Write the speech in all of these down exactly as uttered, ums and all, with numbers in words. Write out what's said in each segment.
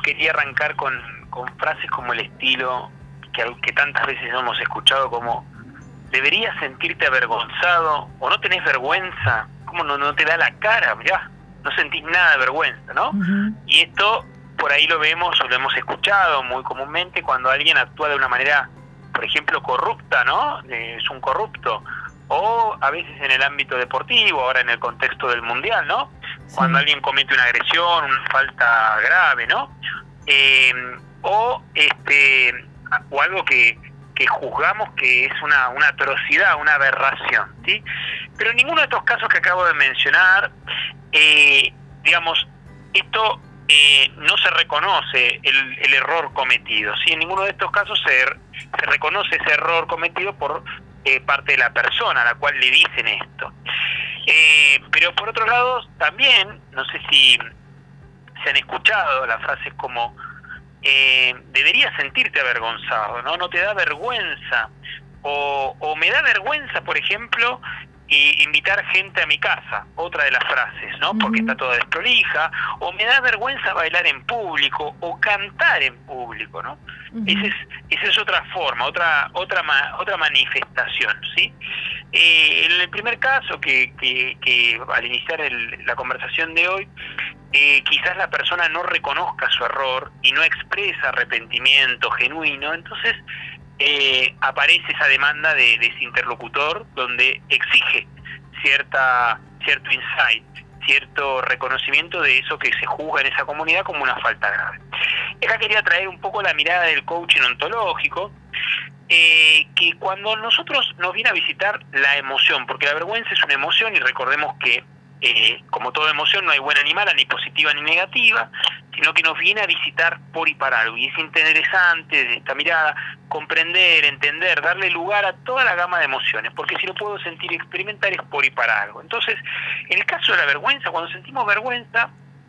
quería arrancar con, con frases como el estilo que, que tantas veces hemos escuchado, como deberías sentirte avergonzado o no tenés vergüenza, ¿cómo no, no te da la cara? Mirá, no sentís nada de vergüenza, ¿no? Uh-huh. Y esto por ahí lo vemos o lo hemos escuchado muy comúnmente cuando alguien actúa de una manera, por ejemplo, corrupta, ¿no? Es un corrupto. O a veces en el ámbito deportivo, ahora en el contexto del mundial, ¿no? Sí. Cuando alguien comete una agresión, una falta grave, ¿no? Eh, o este o algo que, que juzgamos que es una, una atrocidad, una aberración, ¿sí? Pero en ninguno de estos casos que acabo de mencionar, eh, digamos, esto eh, no se reconoce el, el error cometido, ¿sí? En ninguno de estos casos se, se reconoce ese error cometido por Eh, parte de la persona a la cual le dicen esto. Eh, pero por otro lado, también, no sé si se han escuchado las frases como eh, deberías sentirte avergonzado, ¿no? No te da vergüenza. O, o me da vergüenza, por ejemplo, eh, invitar gente a mi casa, otra de las frases, ¿no? Porque uh-huh. está toda desprolija. O me da vergüenza bailar en público o cantar en público, ¿no? Uh-huh. Esa es, esa es otra forma, otra otra ma, otra manifestación, ¿sí? Eh, en el primer caso, que, que, que al iniciar el, la conversación de hoy, eh, quizás la persona no reconozca su error y no expresa arrepentimiento genuino, entonces eh, aparece esa demanda de, de ese interlocutor donde exige cierta cierto insight, cierto reconocimiento de eso que se juzga en esa comunidad como una falta grave. Acá quería traer un poco la mirada del coaching ontológico, eh, que cuando nosotros nos viene a visitar la emoción, porque la vergüenza es una emoción y recordemos que eh, como toda emoción no hay buena ni mala, ni positiva ni negativa, sino que nos viene a visitar por y para algo, y es interesante desde esta mirada comprender, entender, darle lugar a toda la gama de emociones, porque si lo puedo sentir y experimentar es por y para algo. Entonces, en el caso de la vergüenza, cuando sentimos vergüenza,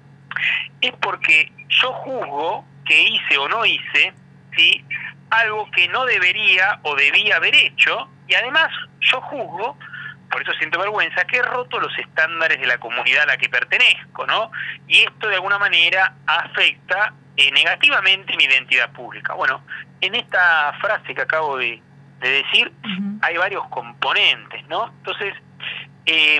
es porque yo juzgo que hice o no hice, ¿sí?, algo que no debería o debía haber hecho, y además yo juzgo, por eso siento vergüenza, que he roto los estándares de la comunidad a la que pertenezco, ¿no? Y esto de alguna manera afecta eh, negativamente mi identidad pública. Bueno, en esta frase que acabo de, de decir, uh-huh. hay varios componentes, ¿no? Entonces, eh,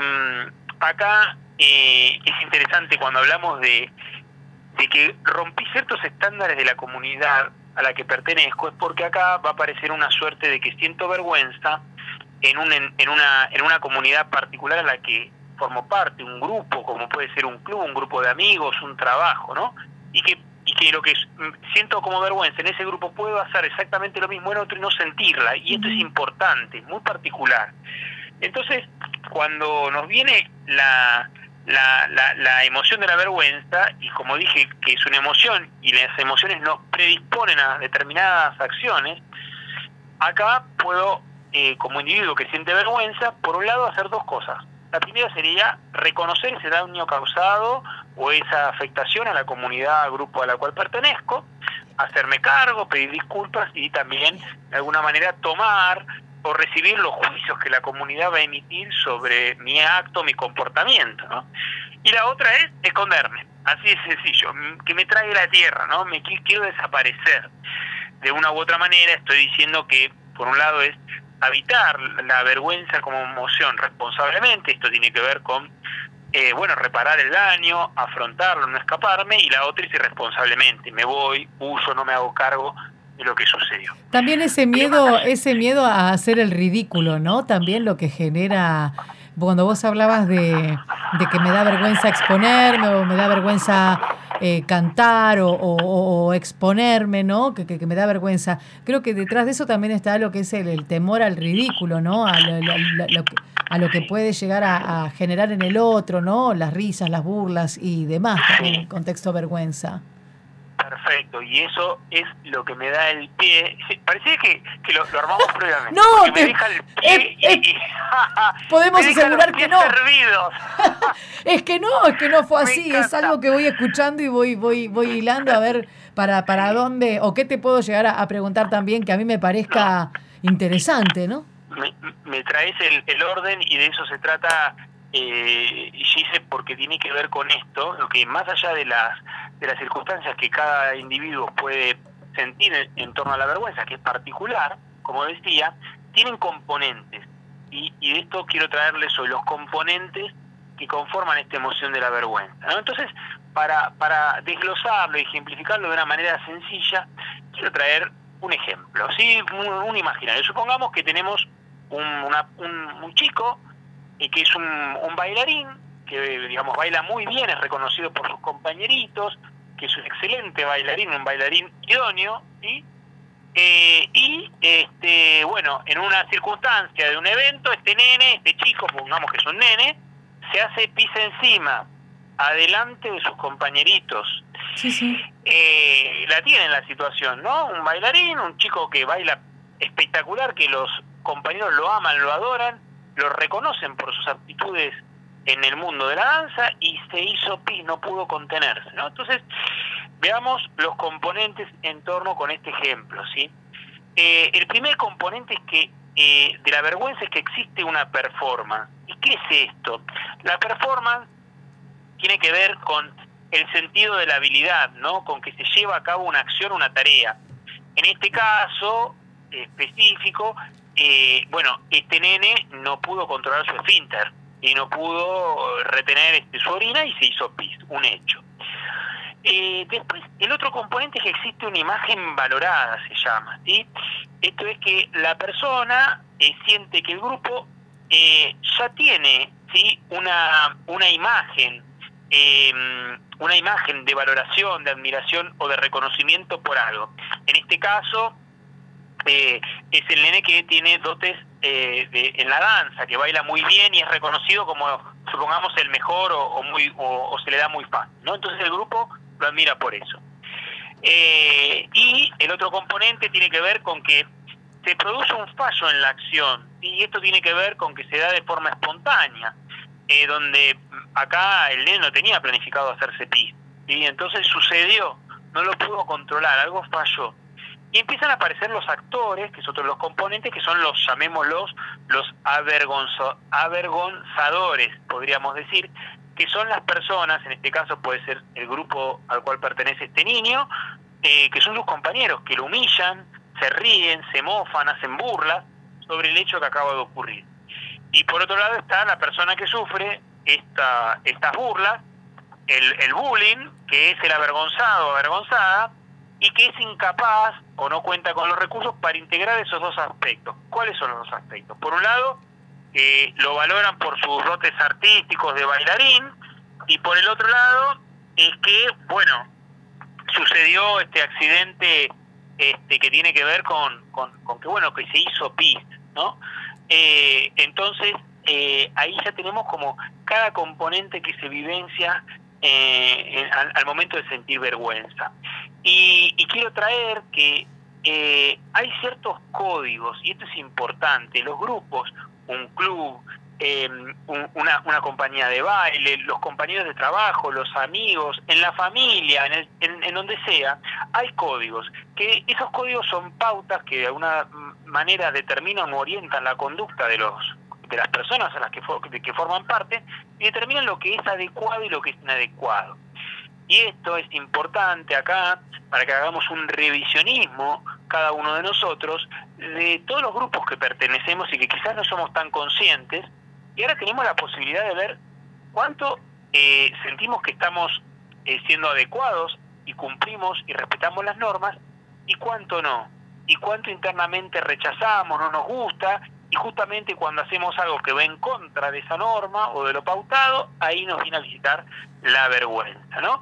acá eh, es interesante cuando hablamos de, de que rompí ciertos estándares de la comunidad a la que pertenezco, es porque acá va a aparecer una suerte de que siento vergüenza en, un, en, en, una, en una comunidad particular a la que formo parte, un grupo, como puede ser un club, un grupo de amigos, un trabajo, ¿no? Y que, y que lo que siento como vergüenza en ese grupo puedo hacer exactamente lo mismo en otro y no sentirla, y esto es importante, muy particular. Entonces, cuando nos viene la... La, la, la emoción de la vergüenza, y como dije que es una emoción y las emociones nos predisponen a determinadas acciones, acá puedo, eh, como individuo que siente vergüenza, por un lado hacer dos cosas. La primera sería reconocer ese daño causado o esa afectación a la comunidad, al grupo a la cual pertenezco, hacerme cargo, pedir disculpas y también de alguna manera tomar o recibir los juicios que la comunidad va a emitir sobre mi acto, mi comportamiento, ¿no? Y la otra es esconderme, así de sencillo, que me trague la tierra, ¿no? Me quiero desaparecer. De una u otra manera estoy diciendo que, por un lado, es habitar la vergüenza como emoción responsablemente, esto tiene que ver con, eh, bueno, reparar el daño, afrontarlo, no escaparme, y la otra es irresponsablemente, me voy, huyo, no me hago cargo de lo que sucedió. También ese miedo, ese miedo a hacer el ridículo, ¿no? También lo que genera, cuando vos hablabas de, de que me da vergüenza exponerme o me da vergüenza eh, cantar o, o, o exponerme, ¿no? Que, que, que me da vergüenza. Creo que detrás de eso también está lo que es el, el temor al ridículo, ¿no? A lo, lo, lo, lo, a lo que puede llegar a, a generar en el otro, ¿no? Las risas, las burlas y demás, también en el contexto vergüenza. Perfecto, y eso es lo que me da el pie. Parecía que, que lo, lo armamos previamente. No, te, me deja el pie eh, y, eh, y podemos me asegurar que no. Servidos. Es que no, es que no fue así. Es algo que voy escuchando y voy voy voy hilando a ver para para sí. dónde o qué te puedo llegar a, a preguntar también que a mí me parezca no. interesante, ¿no? Me, me traes el, el orden y de eso se trata eh, Gise, porque tiene que ver con esto, lo que más allá de las, de las circunstancias que cada individuo puede sentir en, en torno a la vergüenza, que es particular, como decía, tienen componentes. Y, y de esto quiero traerles hoy los componentes que conforman esta emoción de la vergüenza, ¿no? Entonces, para, para desglosarlo y ejemplificarlo de una manera sencilla, quiero traer un ejemplo, ¿sí? Un, un imaginario. Supongamos que tenemos un, una, un, un chico eh, que es un, un bailarín, que digamos baila muy bien, es reconocido por sus compañeritos, que es un excelente bailarín, un bailarín idóneo, ¿sí? Eh, y, este, bueno, en una circunstancia de un evento, este nene, este chico, pongamos que es un nene, se hace pis encima, adelante de sus compañeritos. Sí, sí. Eh, la tienen la situación, ¿no? Un bailarín, un chico que baila espectacular, que los compañeros lo aman, lo adoran, lo reconocen por sus aptitudes en el mundo de la danza, y se hizo pis, no pudo contenerse, ¿no? Entonces, veamos los componentes en torno con este ejemplo, ¿sí? Eh, el primer componente es que eh, de la vergüenza es que existe una performance. ¿Y qué es esto? La performance tiene que ver con el sentido de la habilidad, ¿no? Con que se lleva a cabo una acción, una tarea. En este caso específico, eh, bueno, este nene no pudo controlar su esfínter y no pudo retener este, su orina, y se hizo pis, un hecho. Eh, después, el otro componente es que existe una imagen valorada, se llama, ¿sí? Esto es que la persona eh, siente que el grupo eh, ya tiene, ¿sí?, una, una imagen, eh, una imagen de valoración, de admiración o de reconocimiento por algo. En este caso, eh, es el nene que tiene dotes eh, de, en la danza, que baila muy bien y es reconocido como, supongamos, el mejor o, o, muy, o, o se le da muy fácil, ¿no? Entonces el grupo lo admira por eso. Eh, y el otro componente tiene que ver con que se produce un fallo en la acción, y esto tiene que ver con que se da de forma espontánea, eh, donde acá el nene no tenía planificado hacerse pis, ¿sí? Entonces sucedió, no lo pudo controlar, algo falló. Y empiezan a aparecer los actores, que son otros los componentes, que son los, llamémoslos, los avergonzo, avergonzadores, podríamos decir, que son las personas, en este caso puede ser el grupo al cual pertenece este niño, eh, que son sus compañeros, que lo humillan, se ríen, se mofan, hacen burlas sobre el hecho que acaba de ocurrir. Y por otro lado está la persona que sufre esta, estas burlas, el, el bullying, que es el avergonzado o avergonzada, y que es incapaz o no cuenta con los recursos para integrar esos dos aspectos. ¿Cuáles son los dos aspectos? Por un lado, eh, lo valoran por sus dotes artísticos de bailarín, y por el otro lado es que, bueno, sucedió este accidente este que tiene que ver con, con, con que, bueno, que se hizo pis, ¿no? Eh, entonces, eh, ahí ya tenemos como cada componente que se vivencia eh, en, al, al momento de sentir vergüenza. Y, y quiero traer que eh, hay ciertos códigos, y esto es importante. Los grupos, un club, eh, un, una, una compañía de baile, los compañeros de trabajo, los amigos, en la familia, en, el, en, en donde sea, hay códigos, que esos códigos son pautas que de alguna manera determinan o orientan la conducta de los de las personas a las que, for, que forman parte, y determinan lo que es adecuado y lo que es inadecuado. Y esto es importante acá para que hagamos un revisionismo, cada uno de nosotros, de todos los grupos que pertenecemos y que quizás no somos tan conscientes, y ahora tenemos la posibilidad de ver cuánto eh, sentimos que estamos eh, siendo adecuados y cumplimos y respetamos las normas, y cuánto no, y cuánto internamente rechazamos, no nos gusta, y justamente cuando hacemos algo que va en contra de esa norma o de lo pautado, ahí nos viene a visitar la vergüenza, ¿no?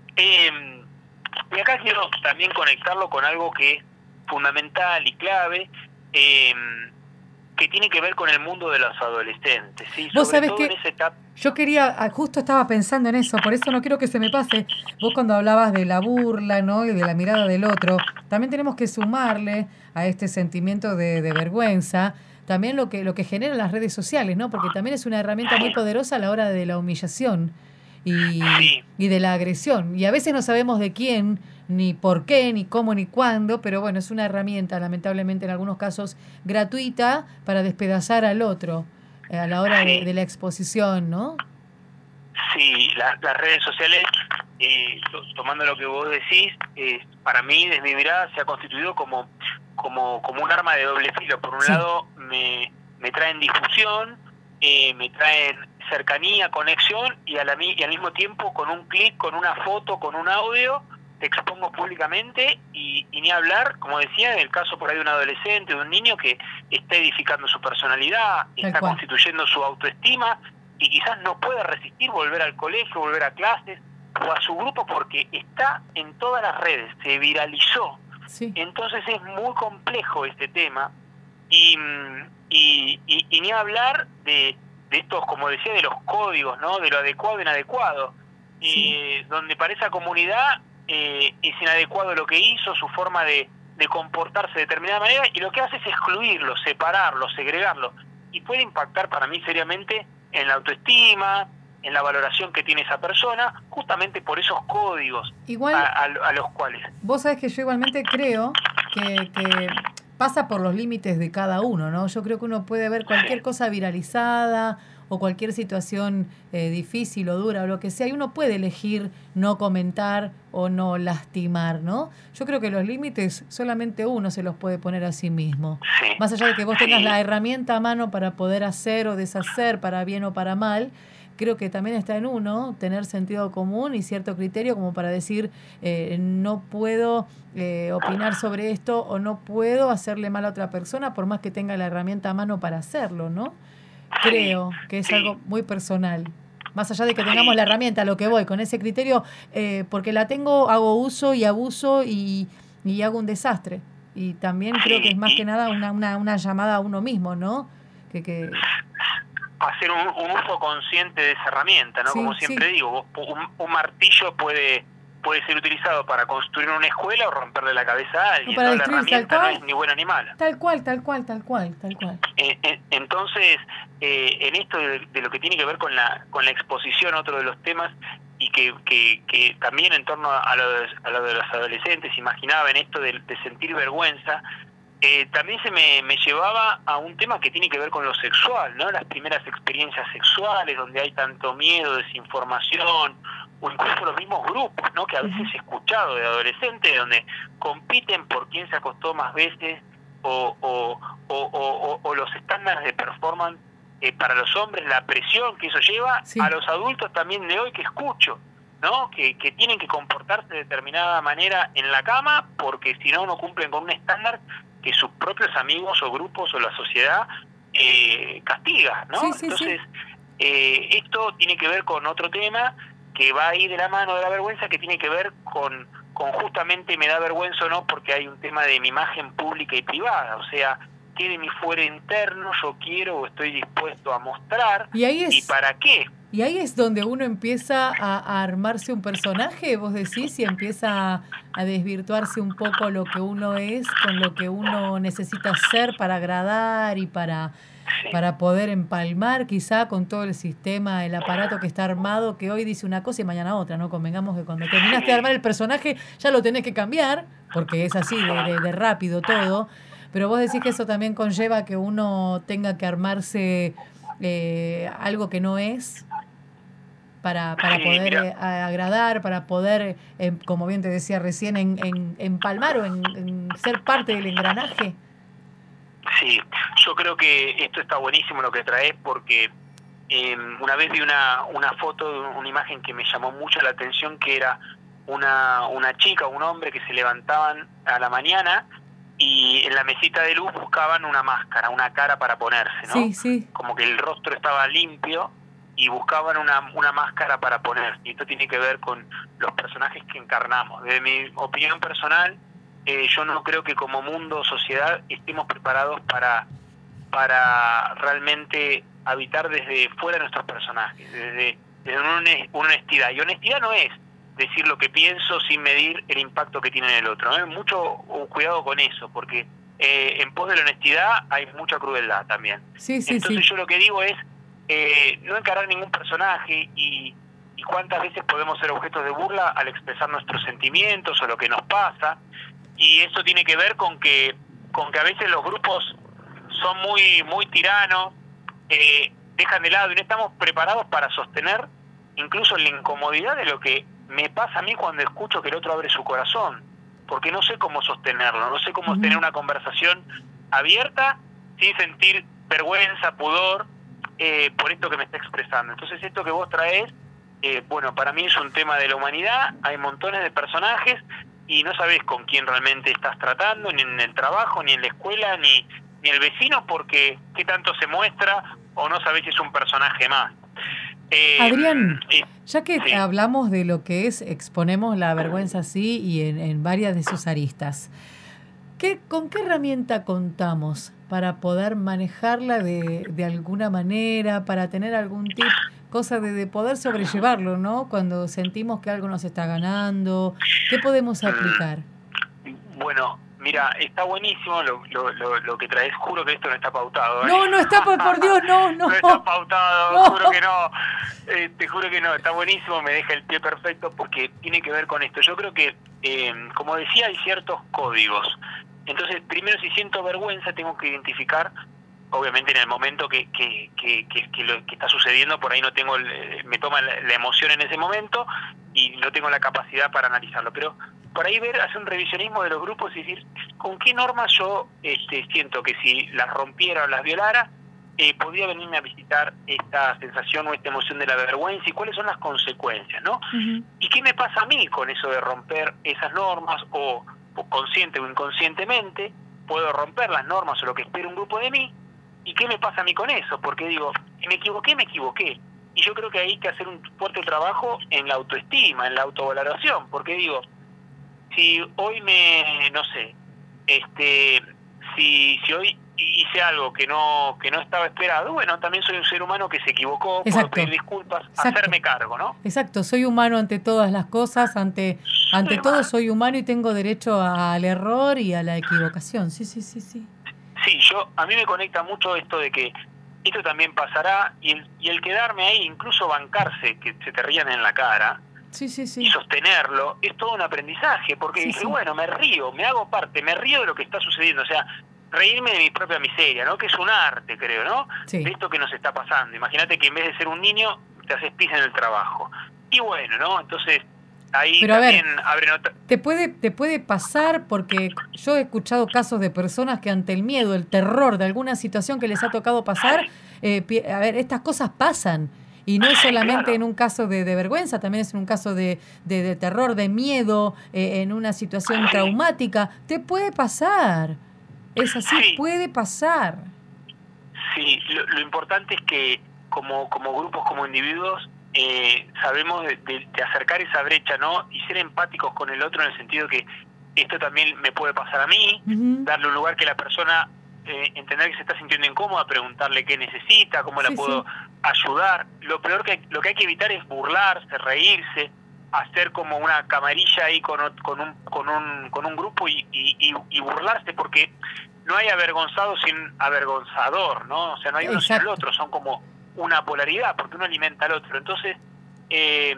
Eh, y acá quiero también conectarlo con algo que es fundamental y clave, eh, que tiene que ver con el mundo de los adolescentes, ¿sí? Vos Sobre sabés todo que en esa etapa. Yo quería, justo estaba pensando en eso, por eso no quiero que se me pase. Vos cuando hablabas de la burla, ¿no?, y de la mirada del otro, también tenemos que sumarle a este sentimiento de, de vergüenza también lo que lo que generan las redes sociales, ¿no? Porque también es una herramienta muy poderosa a la hora de la humillación y, Sí. y de la agresión. Y a veces no sabemos de quién, ni por qué, ni cómo, ni cuándo, pero bueno, es una herramienta, lamentablemente en algunos casos, gratuita para despedazar al otro. a la hora sí. de, de la exposición, ¿no? Sí, la, las redes sociales, eh, tomando lo que vos decís, eh, para mí, desde mi mirada, se ha constituido como como como un arma de doble filo. Por un sí. lado, me, me traen difusión, eh, me traen cercanía, conexión, y, a la, y al mismo tiempo, con un clic, con una foto, con un audio, te expongo públicamente, y, y ni hablar, como decía, en el caso por ahí de un adolescente, de un niño que está edificando su personalidad, Tal está cual. constituyendo su autoestima, y quizás no puede resistir volver al colegio, volver a clases, o a su grupo, porque está en todas las redes, se viralizó. Sí. Entonces es muy complejo este tema, y, y, y, y ni hablar de, de estos, como decía, de los códigos, ¿no? De lo adecuado e inadecuado, Sí. eh, donde para esa comunidad eh, es inadecuado lo que hizo, su forma de, de comportarse de determinada manera, y lo que hace es excluirlo, separarlo, segregarlo, y puede impactar para mí seriamente en la autoestima, en la valoración que tiene esa persona, justamente por esos códigos Igual, a, a, a los cuales... Vos sabés que yo igualmente creo que, que pasa por los límites de cada uno, ¿no? Yo creo que uno puede ver cualquier Sí. cosa viralizada o cualquier situación eh, difícil o dura o lo que sea, y uno puede elegir no comentar o no lastimar, ¿no? Yo creo que los límites solamente uno se los puede poner a sí mismo. Sí. Más allá de que vos tengas Sí. la herramienta a mano para poder hacer o deshacer, para bien o para mal, creo que también está en uno tener sentido común y cierto criterio como para decir, eh, no puedo eh, opinar sobre esto o no puedo hacerle mal a otra persona por más que tenga la herramienta a mano para hacerlo, ¿no? Creo que es sí. algo muy personal. Más allá de que tengamos Sí. la herramienta, a lo que voy, con ese criterio, eh, porque la tengo, hago uso y abuso y, y hago un desastre. Y también Sí, creo que es más y- que nada una, una, una llamada a uno mismo, ¿no? Que, que hacer un, un uso consciente de esa herramienta, ¿no? Sí, Como siempre sí. digo, vos, un, un martillo puede puede ser utilizado para construir una escuela o romperle la cabeza a alguien, para ¿no? La destruir, tal herramienta no cual. es ni buena ni mala. Tal cual, tal cual, tal cual, tal cual. Eh, eh, entonces, eh, en esto de, de lo que tiene que ver con la con la exposición, otro de los temas, y que, que, que también en torno a lo, de, a lo de los adolescentes, imaginaba en esto de, de sentir vergüenza, eh, también se me, me llevaba a un tema que tiene que ver con lo sexual, ¿no? Las primeras experiencias sexuales, donde hay tanto miedo, desinformación, o incluso los mismos grupos, ¿no? Que a veces he escuchado de adolescentes, donde compiten por quién se acostó más veces, o, o, o, o, o los estándares de performance eh, para los hombres, la presión que eso lleva, Sí. a los adultos también de hoy que escucho, ¿no? Que, que tienen que comportarse de determinada manera en la cama, porque si no, no cumplen con un estándar que sus propios amigos o grupos o la sociedad eh, castiga, ¿no? Sí, sí, Entonces, sí. eh, esto tiene que ver con otro tema que va ahí de la mano de la vergüenza, que tiene que ver con, con justamente me da vergüenza o no, porque hay un tema de mi imagen pública y privada, o sea, qué de mi fuero interno yo quiero o estoy dispuesto a mostrar, Y ahí es, y para qué. y ahí es donde uno empieza a, a armarse un personaje, vos decís, y empieza a, a desvirtuarse un poco lo que uno es con lo que uno necesita ser para agradar y para, Sí. para poder empalmar quizá con todo el sistema, el aparato que está armado, que hoy dice una cosa y mañana otra, ¿no? Convengamos que cuando terminaste de armar el personaje ya lo tenés que cambiar, porque es así de, de, de rápido todo, pero vos decís que eso también conlleva que uno tenga que armarse eh, algo que no es para, para Sí, poder mira. eh, a- agradar, para poder, eh, como bien te decía recién, en, en, empalmar o en, en ser parte del engranaje. Sí, yo creo que esto está buenísimo lo que traes, porque eh, una vez vi una, una foto, una imagen que me llamó mucho la atención, que era una, una chica, un hombre que se levantaban a la mañana y en la mesita de luz buscaban una máscara, una cara para ponerse, ¿no? Sí, sí. Como que el rostro estaba limpio y buscaban una, una máscara para ponerse. Y esto tiene que ver con los personajes que encarnamos. Desde mi opinión personal, eh, yo no creo que como mundo o sociedad estemos preparados para, para realmente habitar desde fuera de nuestros personajes, desde, desde una, una honestidad. Y honestidad no es decir lo que pienso sin medir el impacto que tiene en el otro, ¿no? Mucho cuidado con eso, porque eh, en pos de la honestidad hay mucha crueldad también. Sí, sí, Entonces sí. yo lo que digo es eh, no encarar ningún personaje y, y cuántas veces podemos ser objetos de burla al expresar nuestros sentimientos o lo que nos pasa, y eso tiene que ver con que con que a veces los grupos son muy muy tiranos, eh, dejan de lado y no estamos preparados para sostener incluso la incomodidad de lo que me pasa a mí cuando escucho que el otro abre su corazón, porque no sé cómo sostenerlo, no sé cómo uh-huh. tener una conversación abierta sin sentir vergüenza, pudor, eh, por esto que me está expresando. Entonces esto que vos traés, eh, bueno, para mí es un tema de la humanidad, hay montones de personajes y no sabés con quién realmente estás tratando, ni en el trabajo, ni en la escuela, ni, ni el vecino, porque qué tanto se muestra o no sabés si es un personaje más. Eh, Adrián, eh, ya que sí. hablamos de lo que es, exponemos la vergüenza así y en, en varias de sus aristas, ¿qué, ¿con qué herramienta contamos para poder manejarla de, de alguna manera, para tener algún tip, cosa de, de poder sobrellevarlo, ¿no? Cuando sentimos que algo nos está ganando, ¿qué podemos aplicar? Bueno, mira, está buenísimo lo, lo, lo, lo que traes. Juro que esto no está pautado. ¿eh? No, no está, por, por Dios, no, no. No está pautado, no. juro que no. Eh, te juro que no, está buenísimo, me deja el pie perfecto porque tiene que ver con esto. Yo creo que, eh, como decía, hay ciertos códigos. Entonces, primero, si siento vergüenza, tengo que identificar, obviamente en el momento que, que, que, que, que lo que está sucediendo, por ahí no tengo, el, me toma la, la emoción en ese momento y no tengo la capacidad para analizarlo. Pero por ahí ver, hacer un revisionismo de los grupos y decir, ¿con qué normas yo este, siento que si las rompiera o las violara, eh, podría venirme a visitar esta sensación o esta emoción de la vergüenza y cuáles son las consecuencias, ¿no? Uh-huh. ¿Y qué me pasa a mí con eso de romper esas normas o, o consciente o inconscientemente puedo romper las normas o lo que espera un grupo de mí? ¿Y qué me pasa a mí con eso? Porque digo, me equivoqué, me equivoqué. Y yo creo que hay que hacer un fuerte trabajo en la autoestima, en la autovaloración, porque digo, si hoy me, no sé, este, si, si hoy hice algo que no que no estaba esperado, bueno, también soy un ser humano que se equivocó, Exacto. puedo pedir disculpas, Exacto. hacerme cargo, ¿no? Exacto, soy humano ante todas las cosas, ante ante soy todo humano. Soy humano y tengo derecho al error y a la equivocación, sí, sí, sí, sí. Sí, yo a mí me conecta mucho esto de que esto también pasará y el, y el quedarme ahí, incluso bancarse, que se te rían en la cara, sí, sí, sí. y sostenerlo, es todo un aprendizaje, porque sí, dije, sí. bueno, me río, me hago parte, me río de lo que está sucediendo, o sea, reírme de mi propia miseria, ¿no? Que es un arte, creo, ¿no? Sí. De esto que nos está pasando. Imagínate que en vez de ser un niño, te haces pis en el trabajo. Y bueno, ¿no? Entonces, ahí Pero también a ver, abren otra... Te puede, te puede pasar, porque yo he escuchado casos de personas que ante el miedo, el terror de alguna situación que les ha tocado pasar, eh, a ver, estas cosas pasan. Y no es solamente claro. en un caso de, de vergüenza, también es en un caso de, de, de terror, de miedo, eh, en una situación sí. traumática. Te puede pasar. Es así, sí. puede pasar. Sí, lo, lo importante es que como, como grupos, como individuos, eh, sabemos de, de, de acercar esa brecha, ¿no? Y ser empáticos con el otro en el sentido que esto también me puede pasar a mí, uh-huh. darle un lugar que la persona... Eh, entender que se está sintiendo incómoda, preguntarle qué necesita, cómo la sí, puedo sí. ayudar. Lo peor que lo que hay que evitar es burlarse, reírse, hacer como una camarilla ahí con, con un con un con un grupo y, y, y burlarse, porque no hay avergonzado sin avergonzador, ¿no? O sea, no hay uno Exacto. sin el otro, son como una polaridad, porque uno alimenta al otro. Entonces, eh,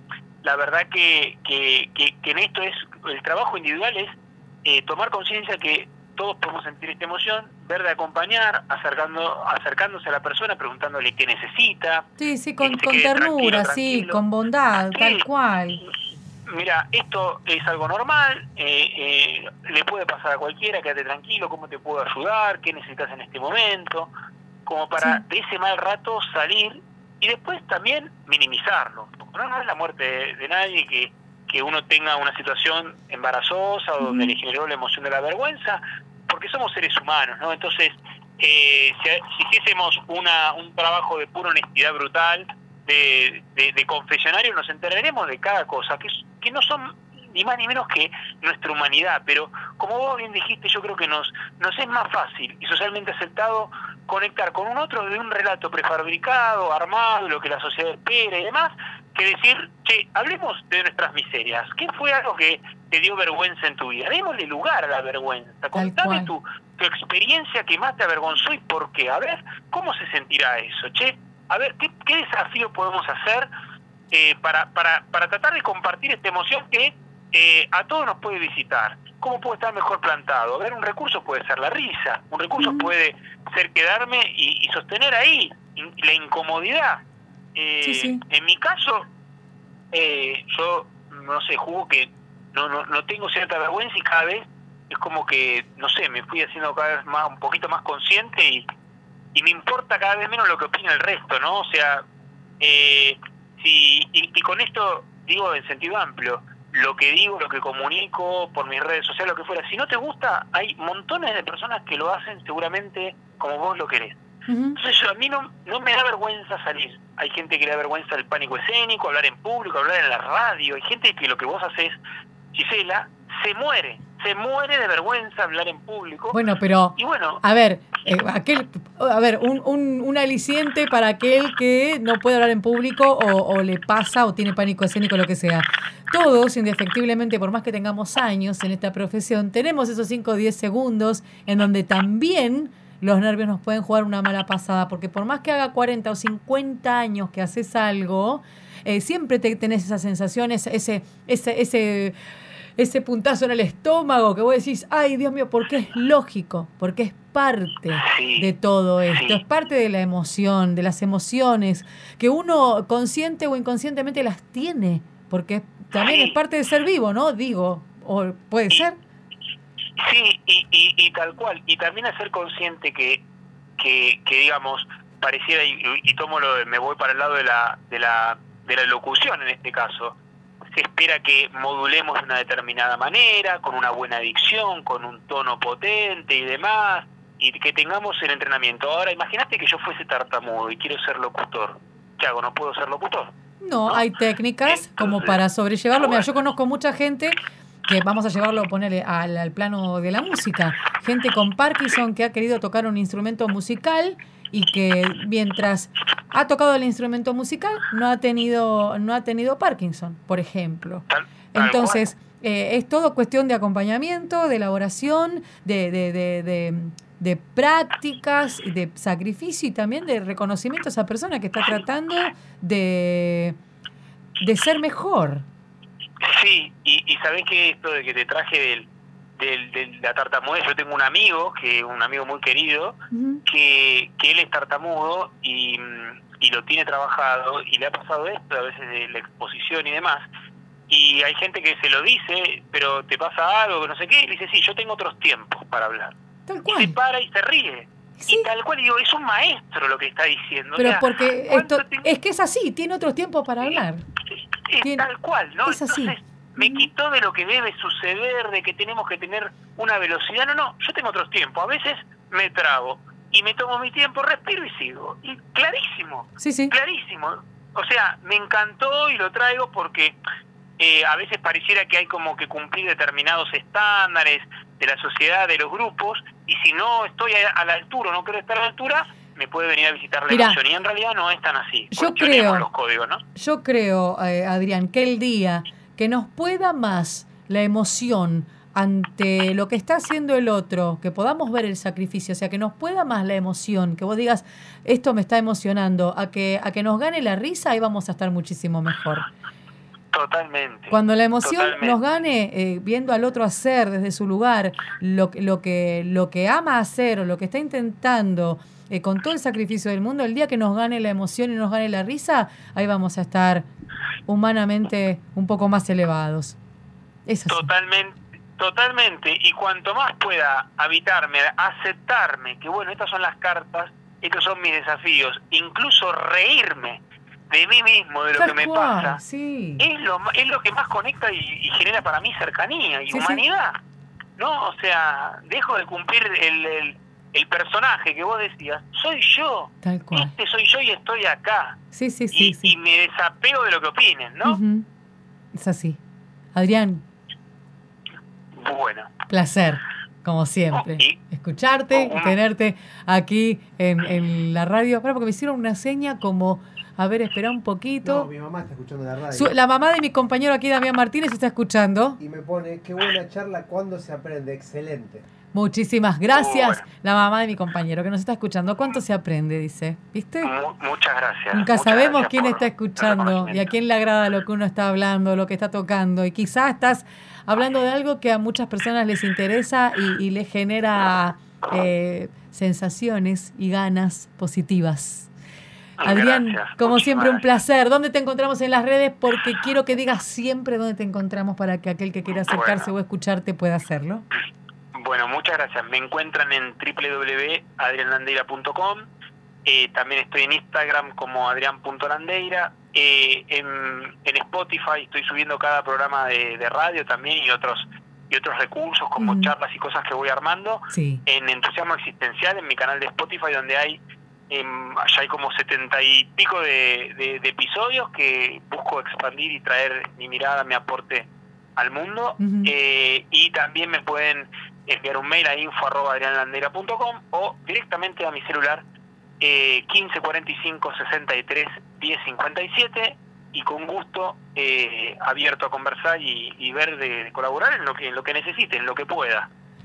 la verdad que, que, que, que en esto es el trabajo individual es eh, tomar conciencia que todos podemos sentir esta emoción, ver de acompañar, acercando, acercándose a la persona, preguntándole qué necesita. Sí, sí, con, con ternura, sí, con bondad, sí. tal cual. Mira, esto es algo normal, eh, eh, le puede pasar a cualquiera, quédate tranquilo, cómo te puedo ayudar, qué necesitas en este momento, como para sí. de ese mal rato salir y después también minimizarlo. No, no es la muerte de, de nadie que... que uno tenga una situación embarazosa o donde uh-huh. le generó la emoción de la vergüenza, porque somos seres humanos, ¿no? Entonces, eh, si, si hiciésemos una, un trabajo de pura honestidad brutal, de, de, de confesionario, nos enteraremos de cada cosa, que, que no son ni más ni menos que nuestra humanidad, pero como vos bien dijiste, yo creo que nos, nos es más fácil y socialmente aceptado conectar con un otro de un relato prefabricado, armado, lo que la sociedad espera y demás, que decir, che, hablemos de nuestras miserias. ¿Qué fue algo que te dio vergüenza en tu vida? Démosle lugar a la vergüenza. Contame tu, tu experiencia que más te avergonzó y por qué. A ver, ¿cómo se sentirá eso? Che, a ver, ¿qué, qué desafío podemos hacer eh, para, para, para tratar de compartir esta emoción que eh, a todos nos puede visitar? ¿Cómo puedo estar mejor plantado? A ver, un recurso puede ser la risa, un recurso uh-huh. puede ser quedarme y, y sostener ahí in, la incomodidad. Eh, sí, sí. En mi caso, eh, yo, no sé, juzgo que no, no, no tengo cierta vergüenza y cada vez es como que, no sé, me fui haciendo cada vez más, un poquito más consciente y, y me importa cada vez menos lo que opina el resto, ¿no? O sea, eh, si, y, y con esto digo en sentido amplio, lo que digo, lo que comunico por mis redes sociales, lo que fuera, si no te gusta, hay montones de personas que lo hacen seguramente como vos lo querés. Uh-huh. Entonces yo, a mí no, no me da vergüenza salir. Hay gente que le da vergüenza el pánico escénico, hablar en público, hablar en la radio. Hay gente que lo que vos haces, Gisela, se muere. Se muere de vergüenza hablar en público. Bueno, pero, y bueno, a ver, eh, aquel, a ver un, un, un aliciente para aquel que no puede hablar en público o, o le pasa o tiene pánico escénico, lo que sea. Todos, indefectiblemente, por más que tengamos años en esta profesión, tenemos esos cinco o diez segundos en donde también los nervios nos pueden jugar una mala pasada, porque por más que haga cuarenta o cincuenta años que haces algo, eh, siempre te, tenés esa sensación, ese, ese, ese, ese, ese puntazo en el estómago que vos decís, ay, Dios mío, porque es lógico, porque es parte sí, de todo esto, sí. es parte de la emoción, de las emociones, que uno consciente o inconscientemente las tiene, porque también sí. es parte de ser vivo, ¿no? Digo, o puede y, ser. Sí, y, y, y tal cual. Y también hacer consciente que, que, que digamos, pareciera, y, y tomo lo de, me voy para el lado de la, de la, de la locución en este caso, se espera que modulemos de una determinada manera, con una buena dicción, con un tono potente y demás, y que tengamos el entrenamiento. Ahora, imagínate que yo fuese tartamudo y quiero ser locutor. ¿Qué hago? ¿No puedo ser locutor? No, ¿no? hay técnicas Entonces, como para sobrellevarlo. Mira, yo conozco mucha gente que vamos a llevarlo, ponerle al, al plano de la música. Gente con Parkinson que ha querido tocar un instrumento musical y que mientras ha tocado el instrumento musical no ha tenido no ha tenido Parkinson, por ejemplo. Entonces, eh, es todo cuestión de acompañamiento, de elaboración, de, de, de, de, de prácticas, de sacrificio y también de reconocimiento a esa persona que está tratando de, de ser mejor. Sí, y, y sabés que esto de que te traje del, del, del la tartamudez, yo tengo un amigo, que un amigo muy querido, uh-huh. que, que él es tartamudo y, y lo tiene trabajado y le ha pasado esto a veces de la exposición y demás. Y hay gente que se lo dice, pero te pasa algo, no sé qué, y le dice, sí, yo tengo otros tiempos para hablar. Tal cual. Y se para y se ríe. Sí. Y tal cual, digo, es un maestro lo que está diciendo. Pero o sea, porque esto te... es que es así, tiene otros tiempos para hablar. Es tiene... tal cual, ¿no? Es así. Entonces, me quitó de lo que debe suceder, de que tenemos que tener una velocidad. No, no, yo tengo otros tiempos. A veces me trago y me tomo mi tiempo, respiro y sigo. Y clarísimo, sí, sí. clarísimo. O sea, me encantó y lo traigo porque eh, a veces pareciera que hay como que cumplir determinados estándares de la sociedad, de los grupos, y si no estoy a, a la altura o no quiero estar a la altura, me puede venir a visitar la Mirá, emoción, y en realidad no es tan así. Yo creo, los códigos, ¿no? yo creo, eh, Adrián, que el día que nos pueda más la emoción ante lo que está haciendo el otro, que podamos ver el sacrificio, o sea, que nos pueda más la emoción, que vos digas, esto me está emocionando, a que, a que nos gane la risa, ahí vamos a estar muchísimo mejor. Totalmente. Cuando la emoción totalmente. nos gane, eh, viendo al otro hacer desde su lugar lo, lo, que, lo que ama hacer o lo que está intentando eh, con todo el sacrificio del mundo, el día que nos gane la emoción y nos gane la risa, ahí vamos a estar humanamente un poco más elevados. Es así. Totalmente, totalmente. Y cuanto más pueda habitarme, aceptarme, que bueno, estas son las cartas, estos son mis desafíos, incluso reírme de mí mismo, de lo Tal que me cual, pasa, sí. es lo es lo que más conecta y, y genera para mí cercanía y sí, humanidad, sí. ¿No? O sea, dejo de cumplir el, el, el personaje que vos decías, soy yo, Tal cual. Este soy yo y estoy acá, sí, sí, sí, y, sí. y me desapego de lo que opinen, ¿no? Uh-huh. Es así. Adrián. Bueno. Placer. Como siempre, oh, y, escucharte oh, y tenerte aquí en, en la radio. Espera, porque me hicieron una seña como, a ver, espera un poquito. No, mi mamá está escuchando la radio. Su, la mamá de mi compañero aquí, Damián Martínez, está escuchando. Y me pone, qué buena charla, ¿cuándo se aprende? Excelente. Muchísimas gracias, oh, bueno. La mamá de mi compañero que nos está escuchando. ¿Cuánto se aprende? Dice, ¿viste? M- muchas gracias. Nunca muchas sabemos gracias quién por está escuchando y a quién le agrada lo que uno está hablando, lo que está tocando. Y quizás estás hablando de algo que a muchas personas les interesa y, y les genera eh, sensaciones y ganas positivas. Adrián, Gracias, como muchísimas siempre, un gracias. placer. ¿Dónde te encontramos en las redes? Porque quiero que digas siempre dónde te encontramos para que aquel que quiera acercarse Bueno. o escucharte pueda hacerlo. Bueno, muchas gracias. Me encuentran en w w w punto adrian landeira punto com. Eh, también estoy en Instagram como adrian punto landeira. Eh, en, en Spotify estoy subiendo cada programa de, de radio también y otros y otros recursos como Ujú. charlas y cosas que voy armando. Sí. En Entusiasmo Existencial, en mi canal de Spotify, donde hay eh, ya hay como setenta y pico de, de, de episodios que busco expandir y traer mi mirada, mi aporte al mundo. Ujú. Eh, y también me pueden enviar un mail a info arroba adrian landeira punto com o directamente a mi celular eh, quince cuarenta y cinco sesenta y tres diez cincuenta y siete, y con gusto eh, abierto a conversar y, y ver de, de colaborar en lo que en lo que necesiten, en lo que pueda.